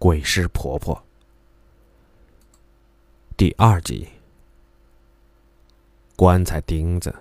鬼尸婆婆第2集。棺材钉子。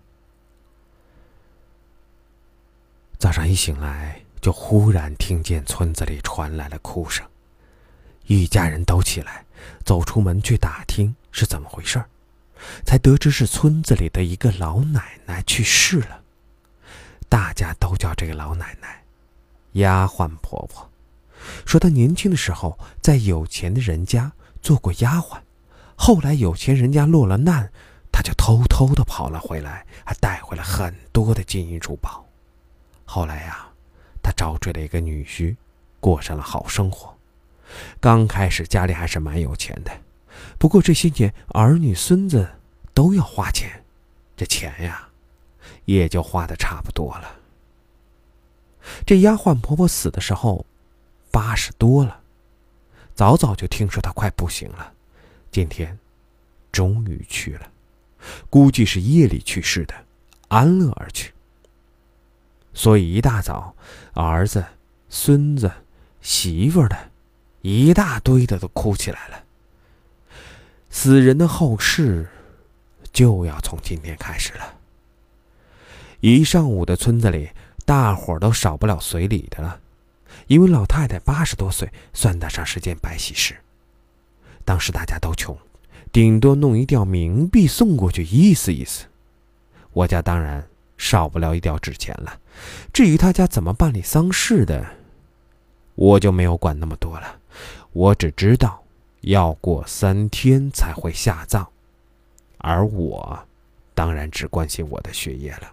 早上一醒来，就忽然听见村子里传来了哭声，一家人都起来，走出门去打听是怎么回事，才得知是村子里的一个老奶奶去世了。大家都叫这个老奶奶丫鬟婆婆，说她年轻的时候在有钱的人家做过丫鬟，后来有钱人家落了难，她就偷偷地跑了回来，还带回了很多的金银珠宝。后来呀，她招赘了一个女婿，过上了好生活。刚开始家里还是蛮有钱的，不过这些年儿女孙子都要花钱，这钱呀也就花得差不多了。这丫鬟婆婆死的时候80多了，早早就听说她快不行了，今天终于去了，估计是夜里去世的，安乐而去。所以一大早，儿子、孙子、媳妇儿的一大堆的都哭起来了。死人的后事就要从今天开始了。一上午的村子里，大伙儿都少不了随礼的了，因为老太太80多岁，算得上是件白喜事。当时大家都穷，顶多弄一吊冥币送过去意思意思。我家当然少不了一吊纸钱了，至于他家怎么办理丧事的，我就没有管那么多了。我只知道要过3天才会下葬，而我当然只关心我的学业了。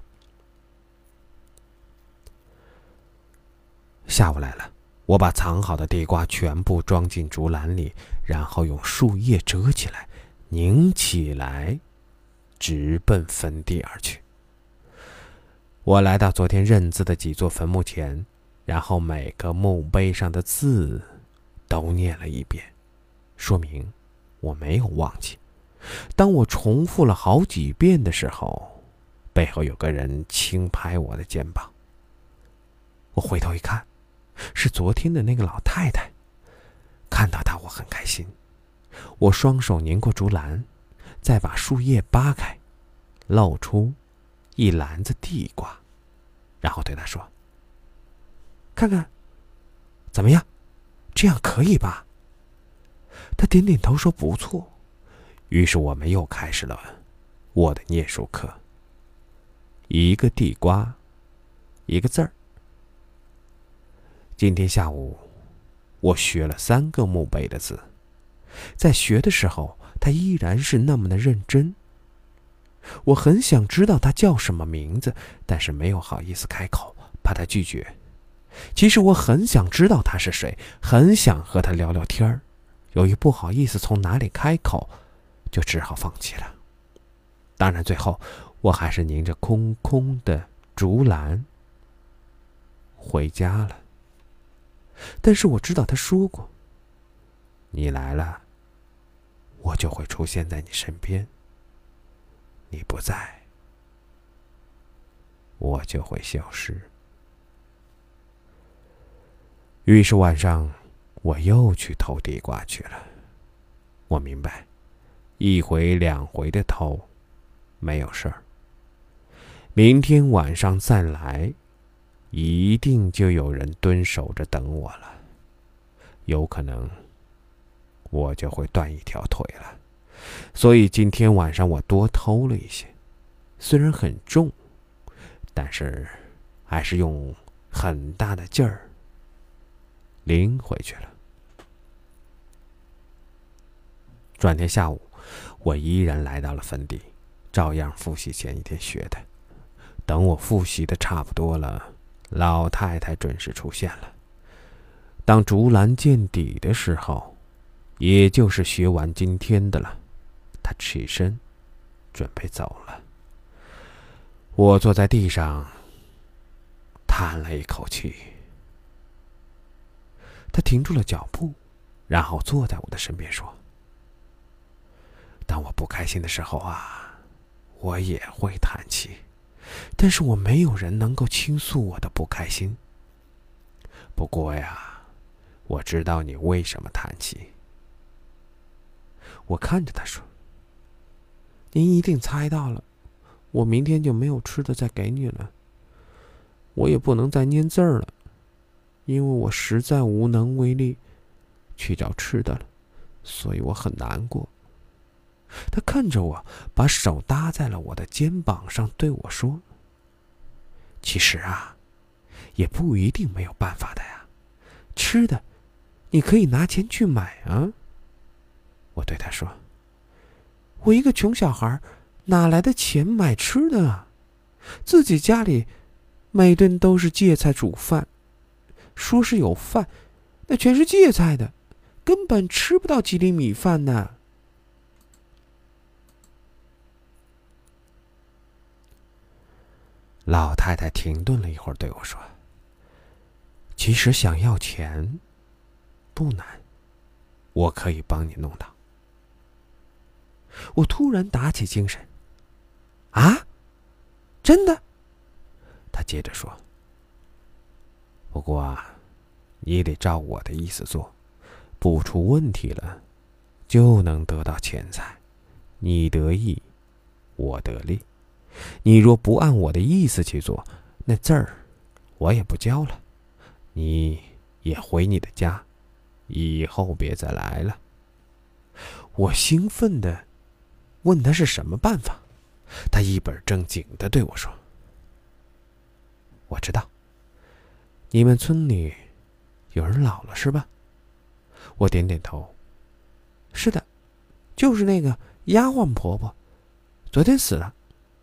下午来了，我把藏好的地瓜全部装进竹篮里，然后用树叶折起来，拧起来，直奔坟地而去。我来到昨天认字的几座坟墓前，然后每个墓碑上的字都念了一遍，说明我没有忘记。当我重复了好几遍的时候，背后有个人轻拍我的肩膀。我回头一看，是昨天的那个老太太。看到她我很开心，我双手拧过竹篮，再把树叶扒开，露出一篮子地瓜，然后对她说：“看看怎么样，这样可以吧？”她点点头说不错。于是我们又开始了我的念书课，一个地瓜，一个字儿。今天下午我学了3个墓碑的字，在学的时候他依然是那么的认真。我很想知道他叫什么名字，但是没有好意思开口，怕他拒绝。其实我很想知道他是谁，很想和他聊聊天儿，由于不好意思从哪里开口，就只好放弃了。当然最后我还是拧着空空的竹篮回家了。但是我知道他说过，你来了，我就会出现在你身边；你不在，我就会消失。于是晚上我又去偷地瓜去了。我明白，1回2回的偷没有事儿，明天晚上再来，一定就有人蹲守着等我了，有可能我就会断一条腿了。所以今天晚上我多偷了一些，虽然很重，但是还是用很大的劲儿拎回去了。转天下午，我依然来到了坟地，照样复习前一天学的。等我复习的差不多了，老太太准时出现了。当竹篮见底的时候，也就是学完今天的了，她起身准备走了。我坐在地上叹了一口气。她停住了脚步，然后坐在我的身边说：“当我不开心的时候啊，我也会叹气，但是我没有人能够倾诉我的不开心。不过呀， 我知道你为什么叹气。”我看着他说：“您一定猜到了，我明天就没有吃的再给你了。我也不能再念字儿了，因为我实在无能为力去找吃的了，所以我很难过。”他看着我，把手搭在了我的肩膀上，对我说：“其实啊，也不一定没有办法的呀。吃的，你可以拿钱去买啊。”我对他说：“我一个穷小孩，哪来的钱买吃的啊？自己家里每顿都是芥菜煮饭，说是有饭，那全是芥菜的，根本吃不到几粒米饭呢。”老太太停顿了一会儿，对我说：“其实想要钱不难，我可以帮你弄到。”我突然打起精神：“啊，真的？”他接着说：“不过啊，你得照我的意思做，不出问题了，就能得到钱财，你得益，我得利。你若不按我的意思去做，那字儿我也不教了，你也回你的家，以后别再来了。”我兴奋地问他是什么办法，他一本正经地对我说：“我知道，你们村里有人老了是吧？”我点点头：“是的，就是那个丫鬟婆婆，昨天死了。”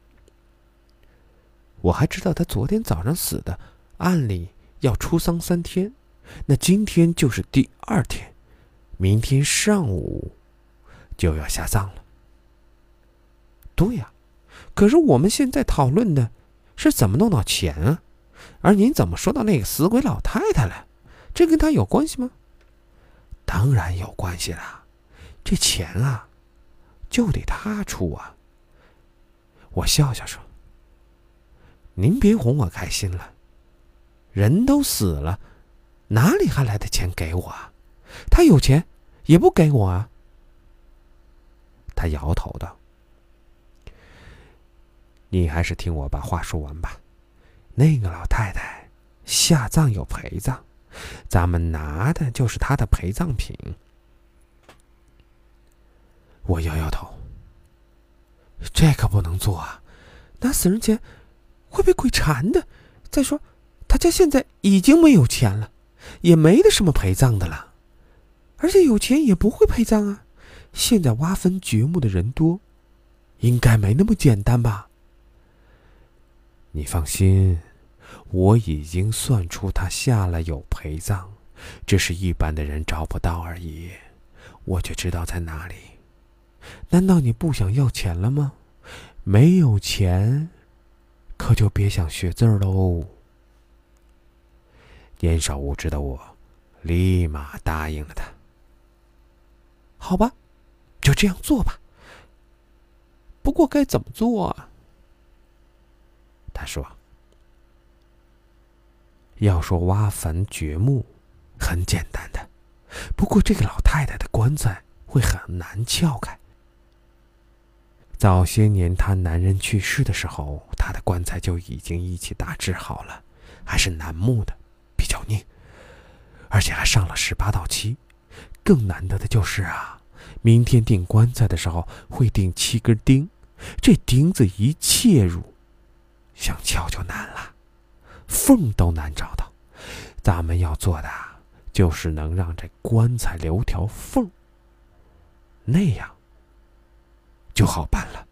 我还知道她昨天早上死的，按理要出丧3天，那今天就是第2天，明天上午就要下葬了。对呀，可是我们现在讨论的是怎么弄到钱啊，而您怎么说到那个死鬼老太太了？这跟她有关系吗？当然有关系啦，这钱啊，就得她出啊。我笑笑说：“您别哄我开心了，人都死了，哪里还来的钱给我啊？他有钱也不给我啊。”他摇头道：“你还是听我把话说完吧。那个老太太下葬有陪葬，咱们拿的就是她的陪葬品。”我摇摇头：“这可不能做啊，拿死人钱会被鬼缠的。再说，他家现在已经没有钱了，也没得什么陪葬的了，而且有钱也不会陪葬啊。现在挖坟掘墓的人多，应该没那么简单吧？”“你放心，我已经算出他下了有陪葬，只是一般的人找不到而已，我却知道在哪里。难道你不想要钱了吗？没有钱，可就别想学字儿喽。”年少无知的我立马答应了他。“好吧，就这样做吧。不过该怎么做啊？”他说：“要说挖坟掘墓，很简单的，不过这个老太太的棺材会很难撬开。早些年她男人去世的时候，她的棺材就已经一起打制好了，还是楠木的，比较硬，而且还上了18道漆。更难得的就是啊，明天钉棺材的时候会钉7根钉，这钉子一切入，想撬就难了，缝都难找到。咱们要做的就是能让这棺材留条缝，那样就好办了。”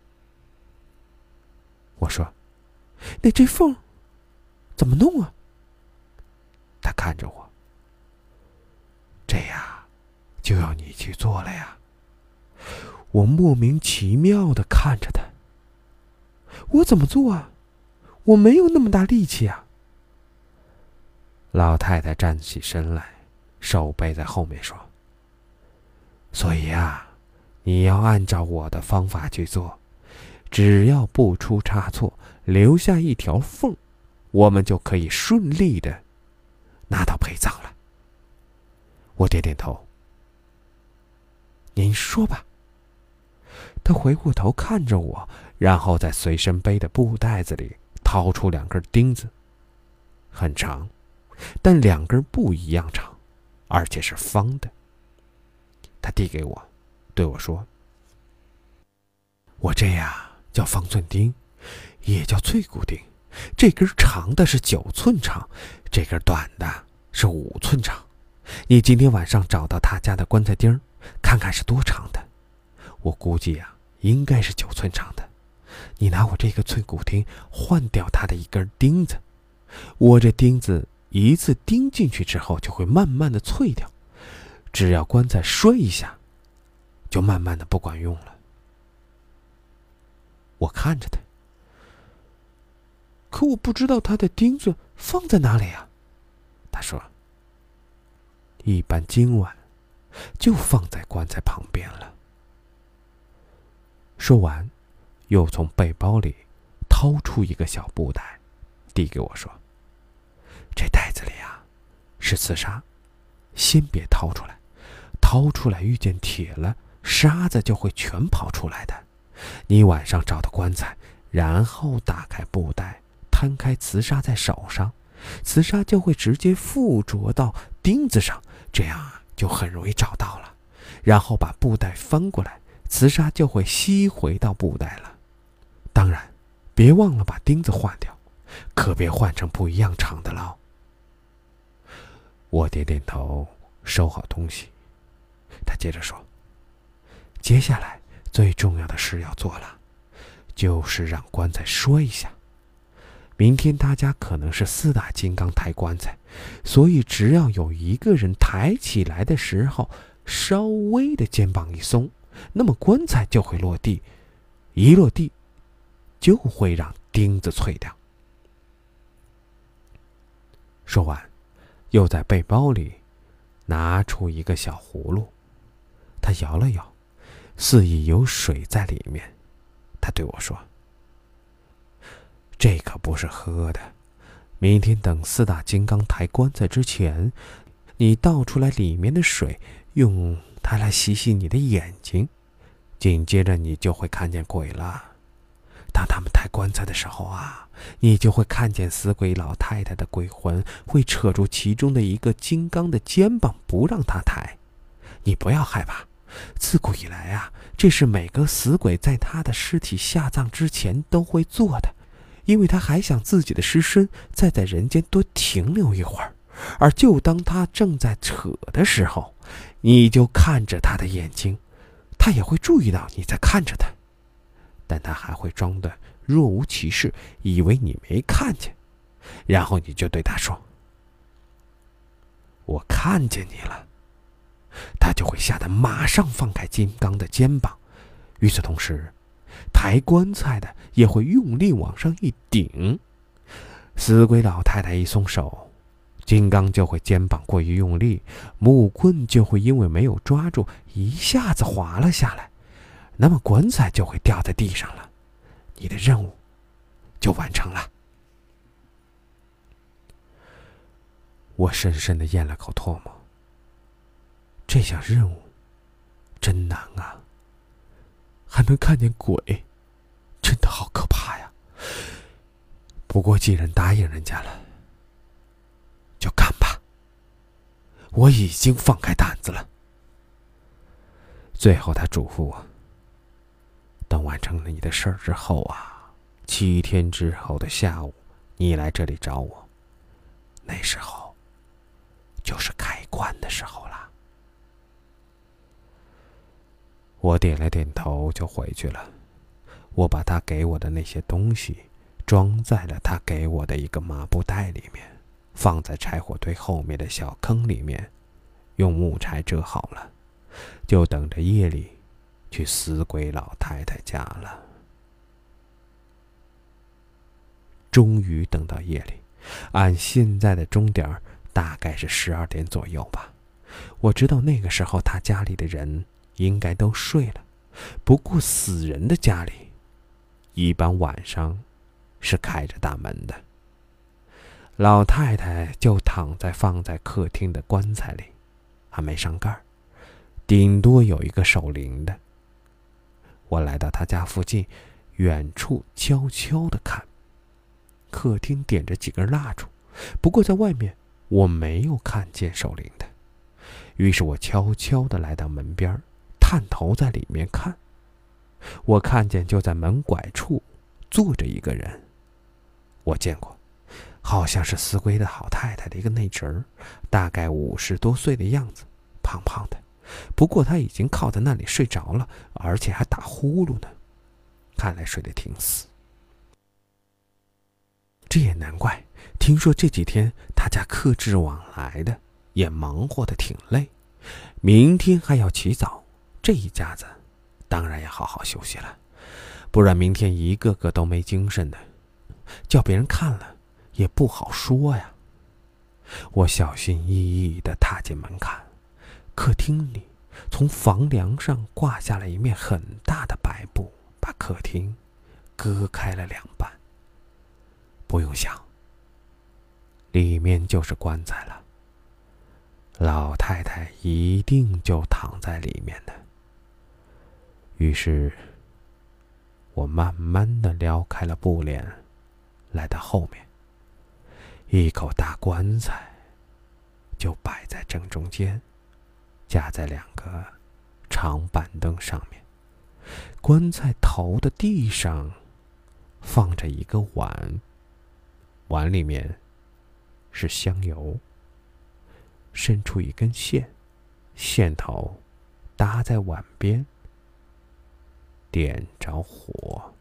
我说：“那这缝怎么弄啊？”他看着我：“这呀，就要你去做了呀。”我莫名其妙地看着他：“我怎么做啊？我没有那么大力气啊。”老太太站起身来，手背在后面说：“所以啊，你要按照我的方法去做，只要不出差错，留下一条缝，我们就可以顺利的拿到陪葬了。” 我点点头。您说吧。他回过头看着我，然后在随身背的布袋子里掏出2根钉子，很长，但2根不一样长，而且是方的。他递给我，对我说：“我这呀叫方寸钉，也叫脆骨钉。这根长的是9寸长，这根短的是5寸长。你今天晚上找到他家的棺材钉，看看是多长的。我估计呀，应该是9寸长的。你拿我这个脆骨钉换掉他的1根钉子，我这钉子一次钉进去之后就会慢慢的脆掉，只要棺材摔一下，就慢慢的不管用了。”我看着他，可我不知道他的钉子放在哪里啊。他说：“一般今晚就放在棺材旁边了。”说完，又从背包里掏出一个小布袋，递给我说：“这袋子里啊是瓷沙，先别掏出来，掏出来遇见铁了，沙子就会全跑出来的。你晚上找到棺材，然后打开布袋，摊开瓷沙在手上，瓷沙就会直接附着到钉子上，这样啊就很容易找到了。然后把布袋翻过来，瓷沙就会吸回到布袋了。当然，别忘了把钉子换掉，可别换成不一样长的喽。”我点点头，收好东西。他接着说：“接下来最重要的事要做了，就是让棺材摔一下。明天他家可能是4大金刚抬棺材，所以只要有一个人抬起来的时候，稍微的肩膀一松，那么棺材就会落地，一落地就会让钉子脆掉。”说完，又在背包里拿出一个小葫芦，他摇了摇，似意有水在里面。他对我说：“这可不是喝的，明天等4大金刚抬棺材之前，你倒出来里面的水，用它来洗洗你的眼睛，紧接着你就会看见鬼了。当他们抬棺材的时候啊，你就会看见死鬼老太太的鬼魂会扯住其中的一个金刚的肩膀，不让他抬。你不要害怕，自古以来啊，这是每个死鬼在他的尸体下葬之前都会做的，因为他还想自己的尸身再在人间多停留一会儿。而就当他正在扯的时候，你就看着他的眼睛，他也会注意到你在看着他，但他还会装得若无其事，以为你没看见。然后你就对他说：“我看见你了。”他就会吓得马上放开金刚的肩膀。与此同时，抬棺材的也会用力往上一顶，死鬼老太太一松手，金刚就会肩膀过于用力，木棍就会因为没有抓住，一下子滑了下来，那么棺材就会掉在地上了，你的任务就完成了。我深深地咽了口唾沫，这项任务真难啊，还能看见鬼，真的好可怕呀。不过既然答应人家了，就干吧，我已经放开胆子了。最后他嘱咐我，等完成了你的事儿之后啊，7天之后的下午，你来这里找我，那时候就是开棺的时候了。我点了点头就回去了。我把他给我的那些东西装在了他给我的一个麻布袋里面，放在柴火堆后面的小坑里面，用木柴遮好了，就等着夜里去死鬼老太太家了。终于等到夜里，按现在的钟点大概是12点左右吧。我知道那个时候他家里的人应该都睡了，不过死人的家里一般晚上是开着大门的。老太太就躺在放在客厅的棺材里， 还没上盖儿，顶多有一个守灵的。我来到他家附近，远处悄悄地看。客厅点着几根蜡烛，不过在外面我没有看见守灵的。于是我悄悄地来到门边，探头在里面看。我看见就在门拐处坐着一个人，我见过，好像是司归的好太太的一个内侄儿，大概50多岁的样子，胖胖的。不过他已经靠在那里睡着了，而且还打呼噜呢，看来睡得挺死。这也难怪，听说这几天他家客至往来的，也忙活得挺累，明天还要起早，这一家子当然要好好休息了，不然明天一个个都没精神的，叫别人看了也不好说呀。我小心翼翼地踏进门看，客厅里从房梁上挂下了一面很大的白布，把客厅割开了两半。不用想，里面就是棺材了，老太太一定就躺在里面的。于是我慢慢地撩开了布帘，来到后面，一口大棺材就摆在正中间，架在2个长板凳上面。棺材头的地上放着一个碗，碗里面是香油，伸出一根线，线头搭在碗边，点着火。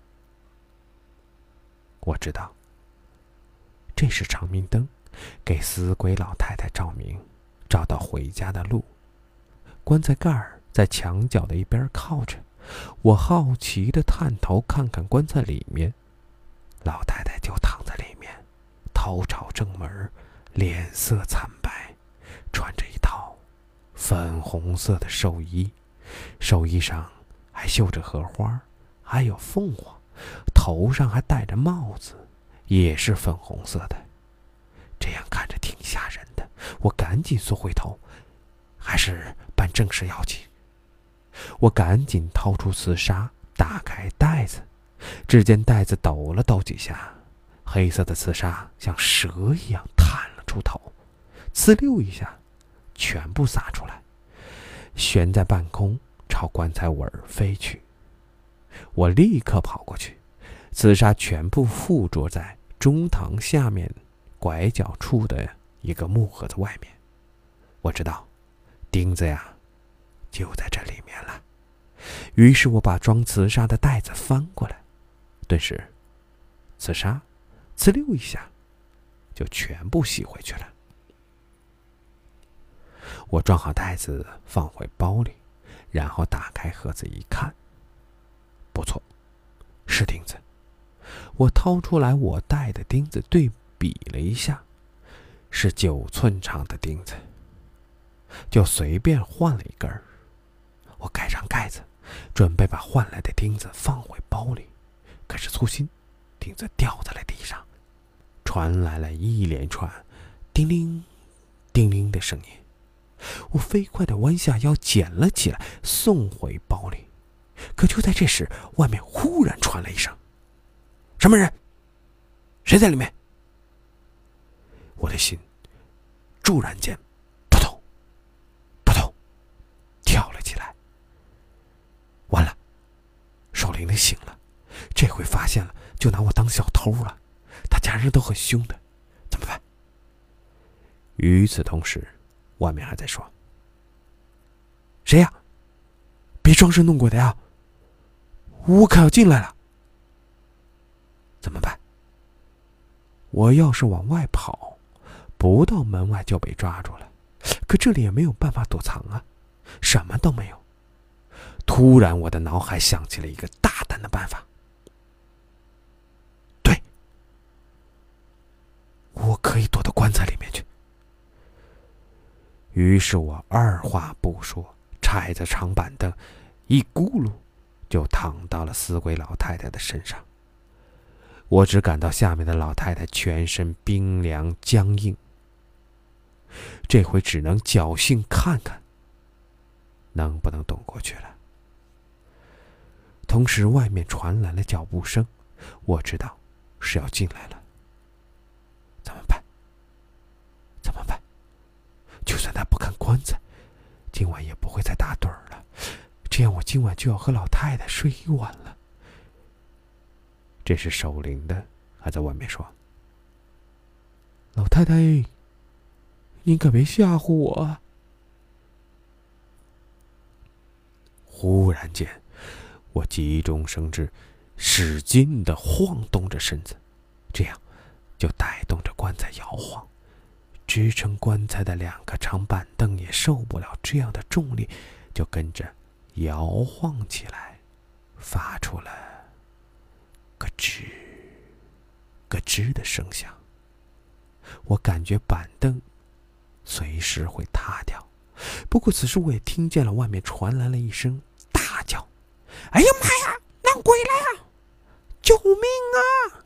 我知道这是长明灯，给死鬼老太太照明，照到回家的路。棺材盖儿在墙角的一边靠着，我好奇地探头看看棺材里面，老太太就躺在里面，头朝正门，脸色惨白，穿着一套粉红色的寿衣，寿衣上还绣着荷花，还有凤凰，头上还戴着帽子，也是粉红色的。这样看着挺吓人的，我赶紧缩回头，还是办正事要紧。我赶紧掏出瓷砂，打开袋子，只见袋子抖了抖几下，黑色的瓷砂像蛇一样探了出头，呲溜一下全部洒出来，悬在半空，朝棺材尾飞去。我立刻跑过去，瓷砂全部附着在中堂下面拐角处的一个木盒子外面。我知道钉子呀就在这里面了，于是我把装瓷砂的袋子翻过来，顿时瓷砂呲溜一下就全部吸回去了。我装好袋子放回包里，然后打开盒子一看，不错，是钉子。我掏出来我带的钉子对比了一下，是9寸长的钉子，就随便换了一根儿。我盖上盖子，准备把换来的钉子放回包里，可是粗心，钉子掉在了地上，传来了一连串叮铃叮铃的声音。我飞快地弯下腰捡了起来，送回包里。可就在这时，外面忽然传来一声：“什么人？谁在里面？”我的心突然间扑通扑通跳了起来。完了，守灵的醒了，这回发现了就拿我当小偷了。他家人都很凶的，怎么办？与此同时，外面还在说：“谁呀？别装神弄鬼的呀！我可要进来了。”怎么办？我要是往外跑，不到门外就被抓住了，可这里也没有办法躲藏啊，什么都没有。突然我的脑海想起了一个大胆的办法，对，我可以躲到棺材里面去。于是我二话不说，踩着长板凳一咕噜就躺到了死鬼老太太的身上。我只感到下面的老太太全身冰凉僵硬， 这回只能侥幸看看能不能躲过去了。同时外面传来了脚步声，我知道是要进来了。怎么办？怎么办？就算他不看棺材，今晚也不会再打盹了，这样我今晚就要和老太太睡一晚了。这是守灵的还在外面说：“老太太，您可别吓唬我啊！”忽然间，我急中生智，使劲地晃动着身子，这样就带动着棺材摇晃。支撑棺材的2个长板凳也受不了这样的重力，就跟着摇晃起来，发出了咯吱咯吱的声响。我感觉板凳随时会塌掉，不过此时我也听见了外面传来了一声大叫：“哎呀妈呀，闹鬼来了！救命啊！”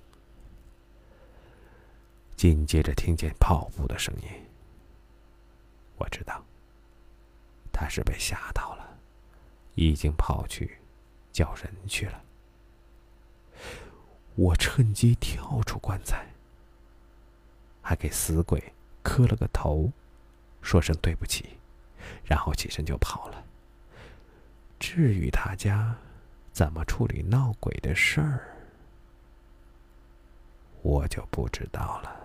紧接着听见跑步的声音，我知道他是被吓到了，已经跑去叫人去了。我趁机跳出棺材，还给死鬼磕了个头，说声对不起，然后起身就跑了。至于他家怎么处理闹鬼的事儿，我就不知道了。